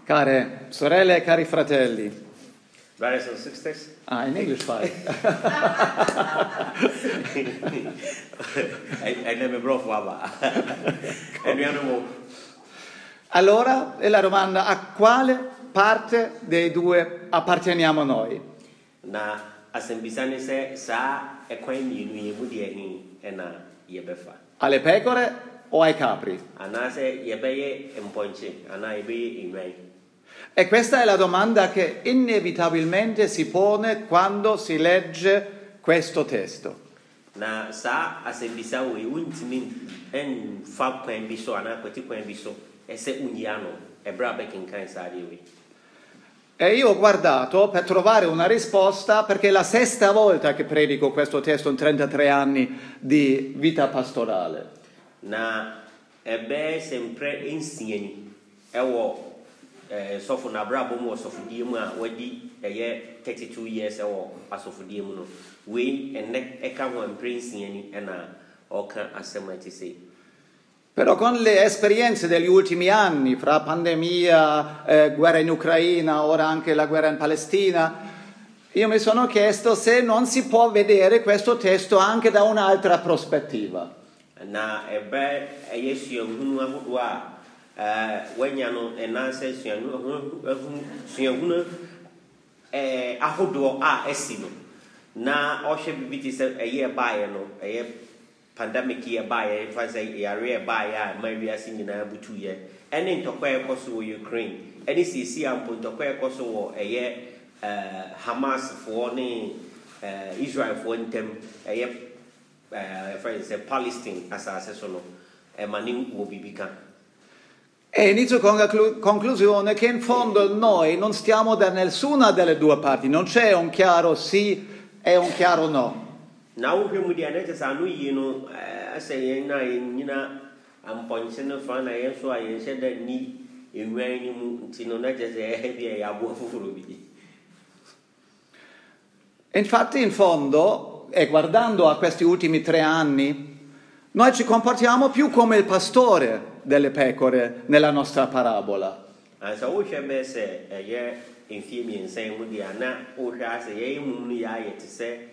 Care sorelle e cari fratelli. Brothers and sisters. In English fai. Allora, è la domanda: a quale parte dei due apparteniamo noi? Na asembisane se sa e quindi noi mudi na yebefa. Alle pecore o ai capri? Anase yebeye emponche, ana yebeye imei. E questa è la domanda che inevitabilmente si pone quando si legge questo testo. Na sa asembisa we untimi en fa kwan bi so ana kwati kwan bi so ese unyiano e brabe kin kan sa diwi. E io ho guardato per trovare una risposta, perché è la sesta volta che predico questo testo in 33 anni di vita pastorale. Na ebe sempre insieni ewo sofu na brabo mo sofu diemu a wadi eye 32 years ewo asofu diemu no we enne eka ho insieni ena oka asemati sei. Però con le esperienze degli ultimi anni, fra pandemia, guerra in Ucraina, ora anche la guerra in Palestina, io mi sono chiesto se non si può vedere questo testo anche da un'altra prospettiva. Na ebe yesu hunu ahudwa wenyano enanse suahunu ahudwo esino na ohwe bibiti se eye bae no eye pandemic ye bae fa say yare bae a mawiase nyina butuye ene ntokwa ekoso wo Ukraine ene sisi ampo ntokwa ekoso wo eye Hamas fo ne Israel fo ntem eye say Palestine asase sono mani wo bibika. E inizio con la conclusione che in fondo noi non stiamo da nessuna delle due parti, non c'è un chiaro sì e un chiaro no. Na uhwe mu dia na tsa no yino aseye na nyina amponche no fa na yeso aye sheda ni enwan ni mu tino na jese bia ya bo fufuro bi. Infatti in fondo, e guardando a questi ultimi 3 anni, noi ci comportiamo più come il pastore delle pecore nella nostra parabola. Ansa wo hwe se eye enfie mi nsan mu dia na wo hwa se ye mu ya ye tse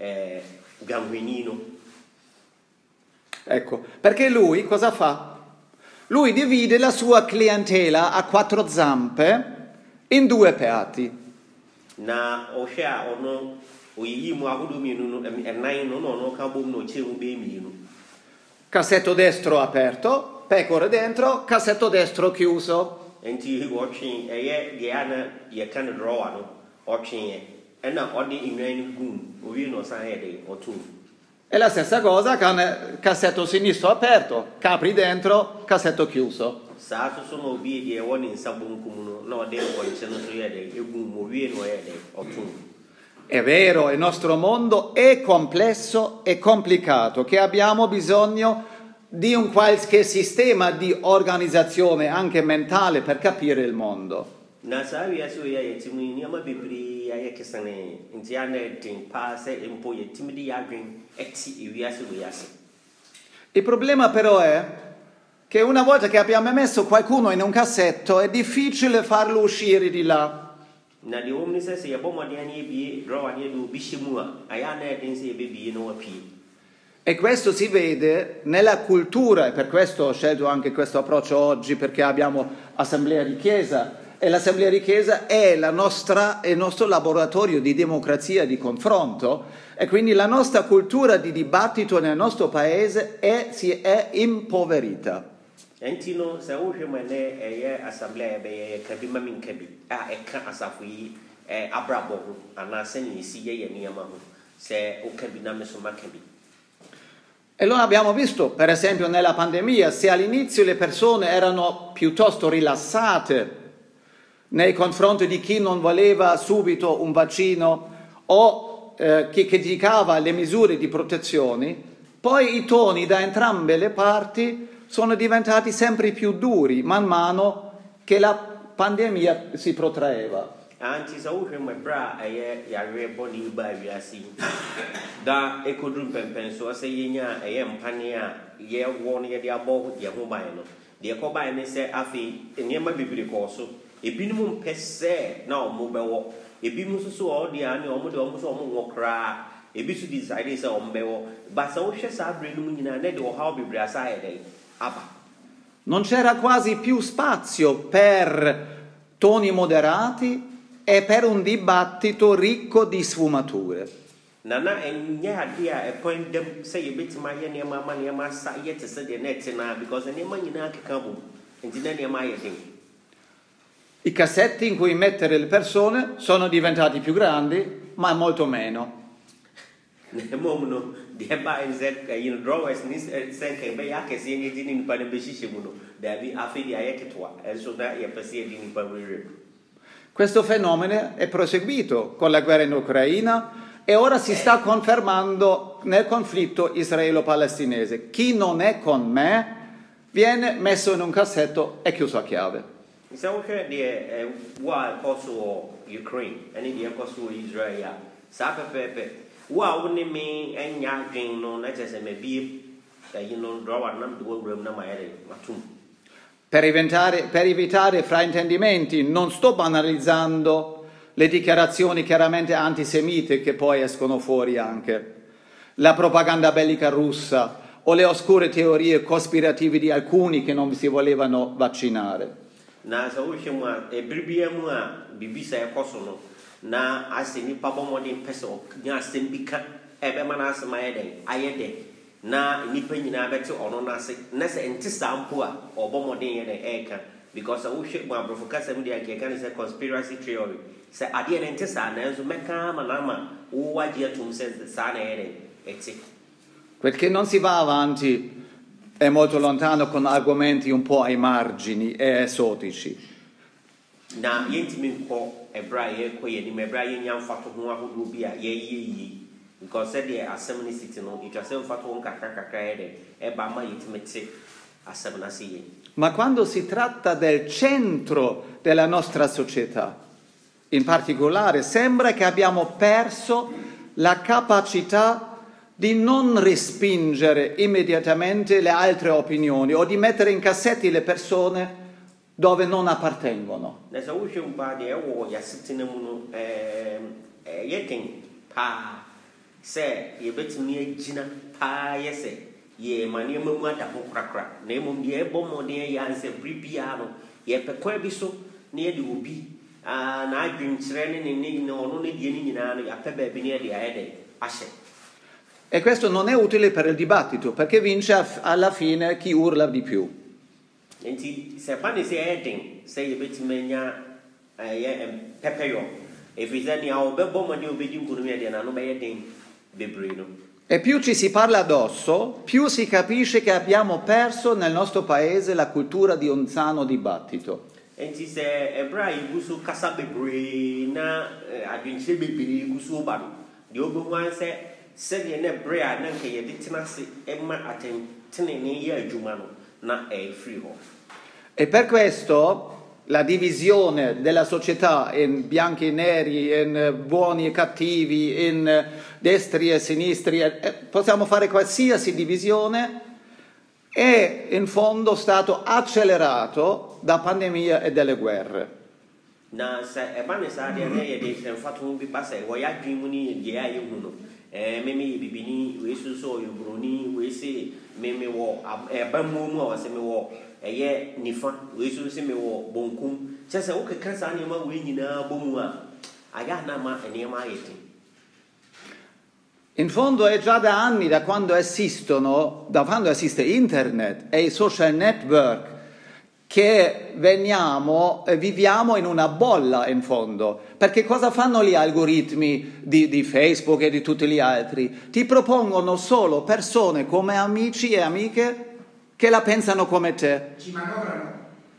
Ecco, perché lui cosa fa? Lui divide la sua clientela a 4 zampe in 2 peati. Na ohia ono oyimu ahudu minu no enai no kabom no cheu be minu. Cassetto destro aperto, pecore dentro, cassetto destro chiuso. Enti watching eye giana ye kan draw no watching ena odi inwen gun owi no san ede otu. E la stessa cosa con cassetto sinistro aperto, capri dentro, cassetto chiuso. Sa sono obi die woni sabun kumuno no de ko ncheno so yede egun owi no ede otu. È vero, il nostro mondo è complesso e complicato, che abbiamo bisogno di un qualche sistema di organizzazione anche mentale per capire il mondo. Na sawi aso ya yetimi ni ama bibiri ya yekesane ntiane tin pa se empo yetimi di yadwen eti ewiase wiase. Il problema però è che una volta che abbiamo messo qualcuno in un cassetto è difficile farlo uscire di là. Na di omni se ya bomo di ani bi draw ani do bishimua ayana edin se bebi no api. E questo si vede nella cultura, e per questo ho scelto anche questo approccio oggi, perché abbiamo assemblea di chiesa, e l'assemblea di chiesa è il nostro laboratorio di democrazia, di confronto, e quindi la nostra cultura di dibattito nel nostro paese si è impoverita. Entino se uhwe mane eye assemblea be kabi mamin kabi eka asafu abrabo ana seni si ye niama ho se o kabi na mesoma kabi. E lo abbiamo visto, per esempio, nella pandemia. Se all'inizio le persone erano piuttosto rilassate nei confronti di chi non voleva subito un vaccino o chi criticava le misure di protezione, poi i toni da entrambe le parti sono diventati sempre più duri man mano che la pandemia si protraeva. Anti sa uhwe mabra aye yare boni ba wiasi da ekodrum pempen so ase yenya aye mpane a ye won ye dia bo dia ho ban no de ko ban ne se afi eniema bibiri ko so ebinom mpɛ sɛ na ɔmo bɛwɔ ebinom nso so ɔde ane ɔmo de ɔmo so ɔmo wɔ koraa ebi so decide sɛ ɔmo bɛwɔ basa wohwɛ saa abere no mu nyinaa na de ɔhaw bebree asa ayɛ dɛn aba. Non c'era quasi più spazio per toni moderati e per un dibattito ricco di sfumature. Nana ɛnyɛ ade a ɛkwan dam sɛ yɛbɛtumi ayɛ nneɛma ama nneɛma asa yɛ te sɛ deɛ na ɛte naa because nneɛma nyinaa keka bom nti na nneɛma ayɛ den. I cassetti in cui mettere le persone sono diventati più grandi, ma molto meno. Mmom no deɛ baa ne sɛ drawers ne sɛ nka ɛbɛyɛ akɛseɛ ne di ne nipa no bɛhyehyɛ mu no daabi afei deɛ ayɛ ketewa ɛnso na yɛpɛ sɛ yɛde nipa werɛ. Questo fenomeno è proseguito con la guerra in Ucraina e ora si sta confermando nel conflitto israelo-palestinese. Chi non è con me viene messo in un cassetto e chiuso a chiave. Sɛ wohwɛ deɛ wo a ɛkɔ so wɔ Ukraine ɛne deɛ ɛkɔ so wɔ Israel a saa pɛpɛɛpɛ wo a wo ne me ɛnya adwen no na kyerɛ sɛ mabie no drawer nam de wɔwura mu na mayɛ de matom. Per evitare fraintendimenti, non sto banalizzando le dichiarazioni chiaramente antisemite che poi escono fuori anche, la propaganda bellica russa o le oscure teorie cospirative di alcuni che non si volevano vaccinare. Na sɛ wohwɛ mu a ɛberibia mu a biribi sɛ ɛkɔ so no na asɛ nnipa bɔ mmɔden pɛ sɛ ɔnya asɛm bi ka ɛbɛma no asɛm ayɛ dɛn ayɛ dɛn na nnipa nyinaa bɛte ɔno no ase na sɛ ɛnte saa mpo a ɔbɔ mmɔden yɛ dɛn ɛɛka because wohwɛ mu aborɔfo kasa mu deɛ akɛka ne sɛ conspiracy theory sɛ adeɛ no nte saa nanso mɛka ama no ama wowagye atom sɛ saa na ɛyɛ dɛn ɛte. Perché non si va avanti è molto lontano con argomenti un po' ai margini e esotici. Na yɛntumi nkɔ ɛberɛ a yɛrekɔ yɛnim ɛberɛ a yɛnya mfato ho ahodoɔ bi a yɛyɛ yi because sɛdeɛ asɛm no siti no ɛtwa sɛ mfato ho nkakrakakra yɛ dɛ ɛba ma yɛtumi te asɛm no ase yɛ. Ma quando si tratta del centro della nostra società, in particolare, sembra che abbiamo perso la capacità di non respingere immediatamente le altre opinioni o di mettere in cassetti le persone dove non appartengono. E questo non è utile per il dibattito, perché vince alla fine chi urla di più. E più ci si parla addosso, più si capisce che abbiamo perso nel nostro paese la cultura di un sano dibattito. E per questo la divisione della società in bianchi e neri, in buoni e cattivi, in destri e sinistri, possiamo fare qualsiasi divisione, è in fondo stato accelerato da pandemia e delle guerre. Meme bibini we so yo broni we se meme wo abamu mu o se me wo eye nifa we so se me wo bonkum che se wo keka sa ne ma we nyina bomu a aya na ma ene ma ayeti. In fondo è già da anni, da quando esiste internet e i social network, che viviamo in una bolla in fondo. Perché cosa fanno gli algoritmi di Facebook e di tutti gli altri? Ti propongono solo persone come amici e amiche che la pensano come te. Ci manovrano.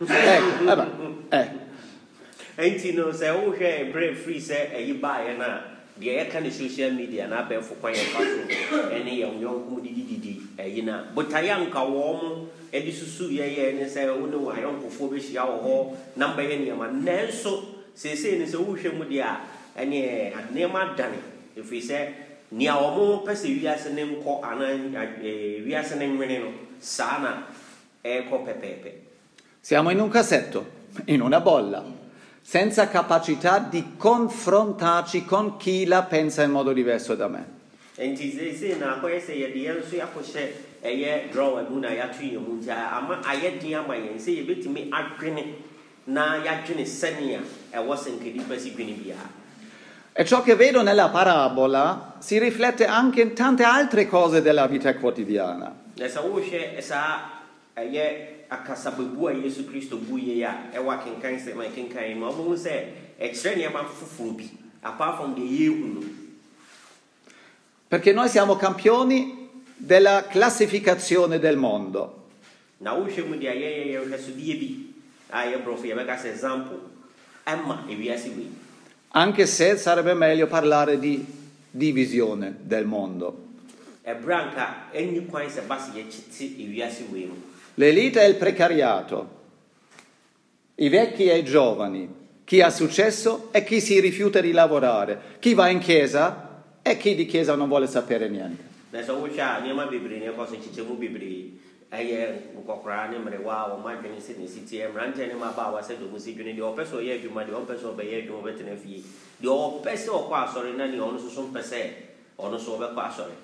Enti no se o hwe break free se eyi ba ye na de ye kan social media na be fo kwan ye faso ene ye onyonkum dididi eyi na botaya nka wo mo edi susu ye ne se wo ne wa yonkofo be hia wo ho namba ye ne ma nanso sese ne se wo hwe mu dia ene adnema dane efi se ni a wo mo pese wiase ne nko anan wiase ne nwene no sana ko pepepe. Siamo in un cassetto, in una bolla. senza capacità di confrontarci con chi la pensa in modo diverso da me. Nti se na ko yɛ yɛ de yɛn nso akɔhyɛ ɛyɛ drawer mu na yɛato yɛn mu nti ama ayɛ den ama yɛn sɛ yɛbɛtumi adwene na yɛadwene sɛnea ɛwɔ sɛ nka nipa si dwene biara. E ciò che vedo nella parabola si riflette anche in tante altre cose della vita quotidiana. Na sɛ wohwɛ saa ɛyɛ akasabebu a Yesu Kristo bu yɛ a ɛwɔ akenkan sɛ ma kenkan mu ɔmo sɛ ɛkyerɛ nneɛma foforɔ bi apart from deɛ yɛhu no. Perché noi siamo campioni della classificazione del mondo. Na wohwɛ mu deɛ yɛyɛ hwɛsodeɛ bi a yɛ borɔfo yɛbɛka sɛ example ɛma ewiase wei. Anche se sarebbe meglio parlare di divisione del mondo. Ebranka enyi kwan sɛ basi yɛkyete ewiase wei mu. L'elite e il precariato, i vecchi e i giovani, chi ha successo e chi si rifiuta di lavorare, chi va in chiesa e chi di chiesa non vuole sapere niente. Na sɛ wohwɛ a nneɛma bebree ne ɛkɔ so nkyekyɛmu bebree ɛyɛ nkɔkoraa ne mmerewa a wɔn adwene sɛ ne si teɛ mmeranteɛ ne mmabaawa sɛ dɔm si dwene deɛ ɔpɛ sɛ ɔyɛ adwuma deɛ ɔmpɛ sɛ ɔbɛyɛ adwuma ɔbɛtena fie deɛ ɔpɛ sɛ ɔkɔ asɔre na deɛ ɔno nso so mpɛ sɛ ɔno nso ɔbɛkɔ asɔre.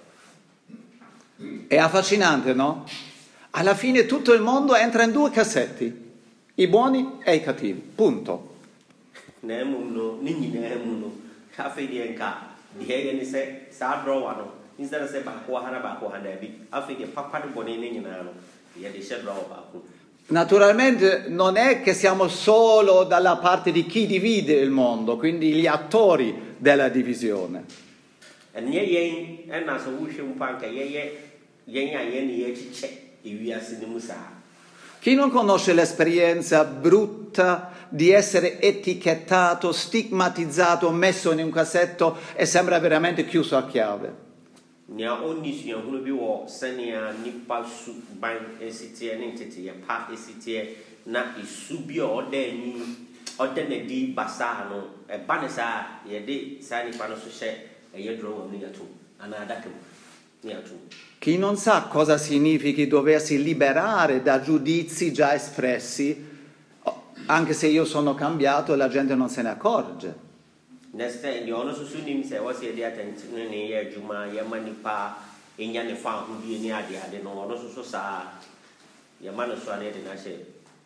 È affascinante, no? Alla fine tutto il mondo entra in due cassetti, i buoni e i cattivi, punto. Na emu no ne nyinaa mu no afei deɛ nka deɛ yɛ ne sɛ saa drawer no instead sɛ baako wɔ ha na baako wɔ ha daabi afei deɛ papa de bɔne ne nyinaa no yɛde hyɛ drawer baako. Naturalmente non è che siamo solo dalla parte di chi divide il mondo, quindi gli attori della divisione. Ɛnyɛ yɛn ɛna sɛ wohwɛ mu pa nka yɛyɛ yɛn a yɛn ne yɛkyekyɛ ewiase ne mu saa. Chi non conosce l'esperienza brutta di essere etichettato, stigmatizzato, messo in un cassetto e sembra veramente chiuso a chiave. Nea onni suahunu bi wɔ sɛnea nipa su ban esiteɛ ne nteteyɛ pa esiteɛ na esu bi a ɔda n'adi basaa no ɛba ne saa yɛde saa nipa no so hyɛ ɛyɛ drawer mu ne yɛato anaa adaka mu ne yɛato. Chi non sa cosa significhi doversi liberare da giudizi già espressi, anche se io sono cambiato, la gente non se ne accorge. Next time, the honor sunim say, what's the attention in a Juma, Yamanipa, in Yanifa, who be near the other, no one also saw Yamano Swanet and I said,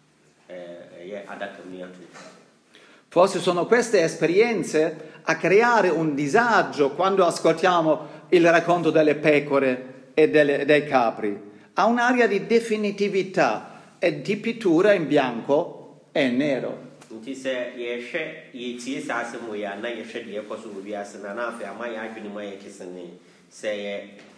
Adakamia too. Forse sono queste esperienze a creare un disagio quando ascoltiamo il racconto delle pecore e dei capri. Ha un'aria di definitività e di pittura in bianco e nero. Nti sɛ yɛhwɛ yɛtie saa asɛm wɔ yɛ a na yɛhwɛ deɛ ɛkɔ so wɔ wiase na na afei ama yɛ adwene mu ayɛ kesene sɛ yɛ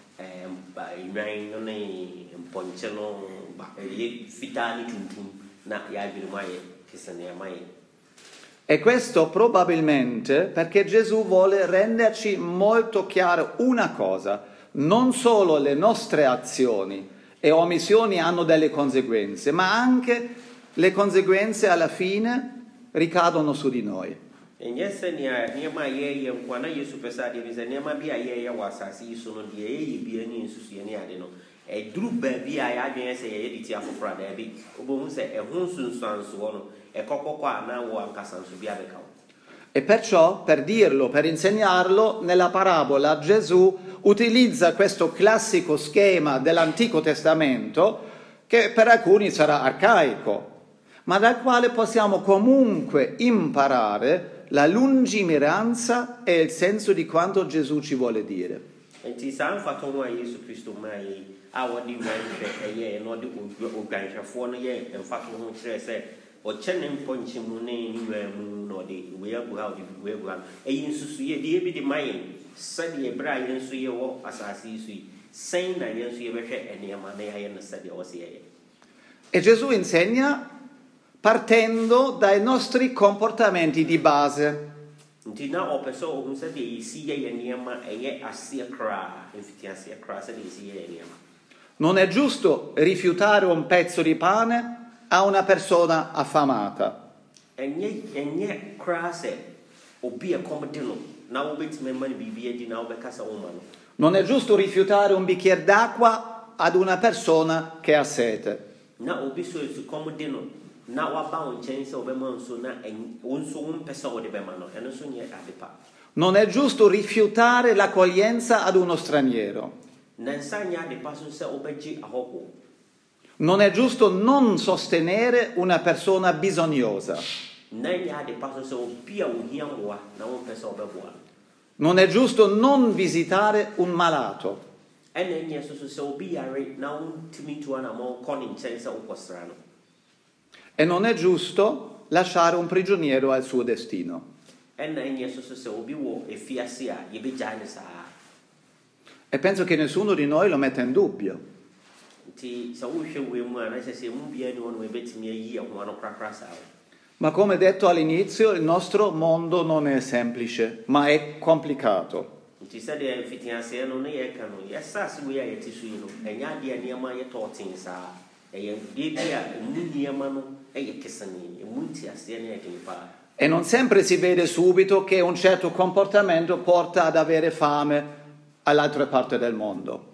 nnwan no ne mpɔnkye no yɛ fitaa ne tuntum na yɛ adwene mu ayɛ kesene ama yɛ. E questo probabilmente perché Gesù vuole renderci molto chiaro una cosa: non solo le nostre azioni e omissioni hanno delle conseguenze, ma anche le conseguenze alla fine ricadono su di noi. Nyɛ sɛnea nneɛma a yɛyɛ nkwa na Yesu pɛ sɛ adeɛ bi sɛ nneɛma bi a yɛyɛ wɔ asase yi so no deɛ yɛyɛ bia ne nsusuɛ ne ade no ɛduru baabi a yɛadwene sɛ yɛyɛ de ti afoforɔ a daabi wobɛhu sɛ ɛho nsunsuansoɔ no ɛkɔkɔkɔ a na wɔ ankasa nso bi abɛka wo. E perciò, per dirlo, per insegnarlo, nella parabola Gesù utilizza questo classico schema dell'Antico Testamento che per alcuni sarà arcaico, ma dal quale possiamo comunque imparare la lungimiranza e il senso di quanto Gesù ci vuole dire. Nti saa mfatoho a Yesu Kristo maa yi a wɔde nwɛnhwɛ ɛyɛ na ɔde odwanhwɛfoɔ no yɛ mfatoho ho kyerɛ sɛ ɔkyɛ ne mpɔnkye mu ne nnwan mu na ɔde wei agu ha ɔde wei agu ha ɛyi nsusuyɛ deɛ bi de ma yɛn sɛdeɛ berɛ a yɛn nso yɛwɔ asase yi so yi sɛn na yɛn nso yɛbɛhwɛ nneɛma na yɛayɛ no sɛdeɛ ɔwɔ sɛ yɛyɛ. E Gesù insegna partendo dai nostri comportamenti di base. Nti na ɔpɛ sɛ ɔhu sɛdeɛ yɛsi yɛyɛ nneɛma ɛyɛ aseɛ koraa mfiti aseɛ koraa sɛdeɛ yɛsi yɛyɛ nneɛma. Non è giusto rifiutare un pezzo di pane a una persona affamata. Ɛnyɛ koraa sɛ obi ɛkɔm de no na wobɛtumi ma no biribi adi na wobɛkasa wo ma no. Non è giusto rifiutare un bicchiere d'acqua ad una persona che ha sete. Na obi so esu kɔm de no na waba wo nkyɛn sɛ wobɛma nsuo na wo nso wompɛ sɛ wode bɛma no ɛno nso nyɛ ade pa. Non è giusto rifiutare l'accoglienza ad uno straniero. Na nsa nyɛ ade pa so sɛ wobɛgye ahɔho. Non è giusto non sostenere una persona bisognosa. Na nyɛ ade pa so sɛ obi a wohia mmoa na wompɛ sɛ wobɛboa no. Non è giusto non visitare un malato. Ɛna nyɛ so sɛ obi yare na wontumi ntoa na ma wokɔ ne nkyɛn sɛ wokɔsra no. E non è giusto lasciare un prigioniero al suo destino. E penso che nessuno di noi lo metta in dubbio. Ma come detto all'inizio, il nostro mondo non è semplice, ma è complicato. E non sempre si vede subito che un certo comportamento porta ad avere fame all'altra parte del mondo.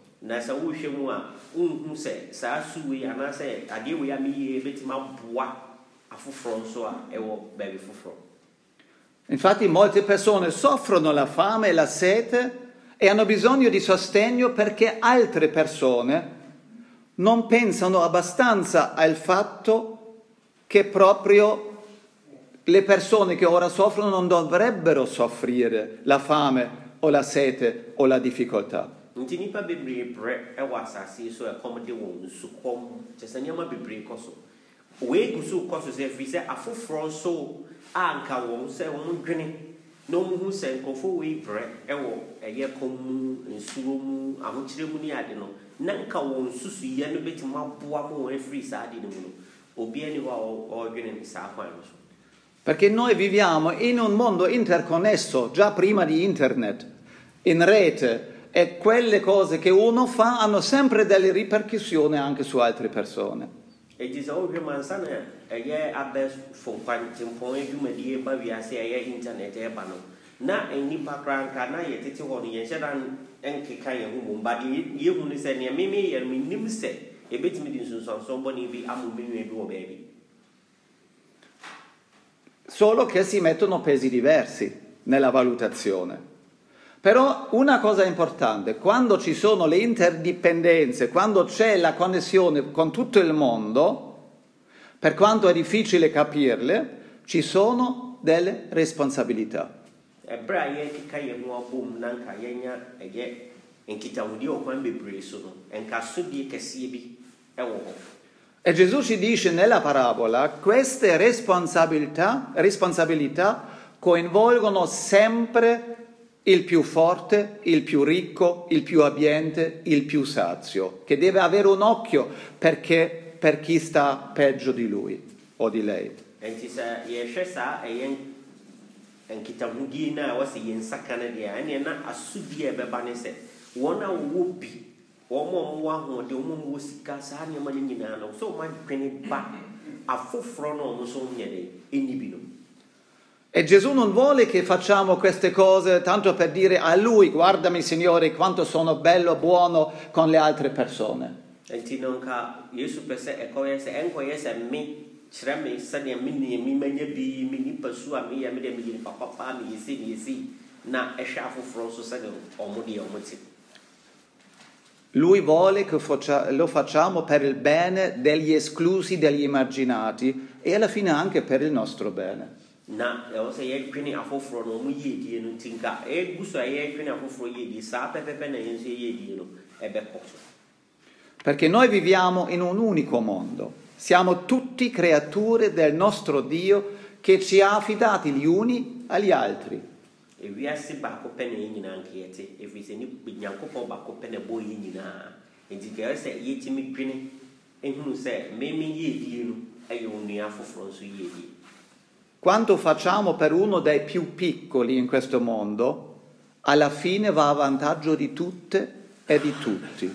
Infatti molte persone soffrono la fame e la sete e hanno bisogno di sostegno perché altre persone non pensano abbastanza al fatto che proprio le persone che ora soffrono non dovrebbero soffrire la fame o la sete o la difficoltà. Perché noi viviamo in un mondo interconnesso già prima di internet, in rete, e quelle cose che uno fa hanno sempre delle ripercussioni anche su altre persone. Solo che si mettono pesi diversi nella valutazione. Però una cosa importante, quando ci sono le interdipendenze, quando c'è la connessione con tutto il mondo, per quanto è difficile capirle, ci sono delle responsabilità. E Gesù ci dice nella parabola, queste responsabilità coinvolgono sempre il più forte, il più ricco, il più abbiente, il più sazio, che deve avere un occhio per chi sta peggio di lui o di lei. E Gesù non vuole che facciamo queste cose tanto per dire a lui, guardami Signore quanto sono bello, buono con le altre persone. Lui vuole che lo facciamo per il bene degli esclusi, degli emarginati e alla fine anche per il nostro bene. Perché noi viviamo in un unico mondo, siamo tutti creature del nostro Dio che ci ha affidati gli uni agli altri. Quanto facciamo per uno dei più piccoli in questo mondo, alla fine va a vantaggio di tutte e di tutti.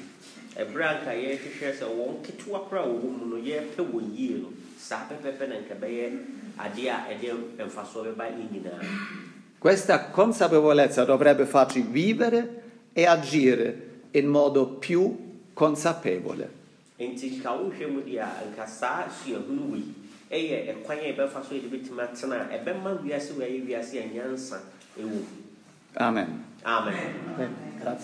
Questa consapevolezza dovrebbe farci vivere e agire in modo più consapevole. ɛyɛ ɛkwan a ɛbɛfa so yɛde bɛtumi atena a ɛbɛma wiase wɔ ɛyɛ wiase a nyansa ɛwɔ. Amen. Amen. Grazie.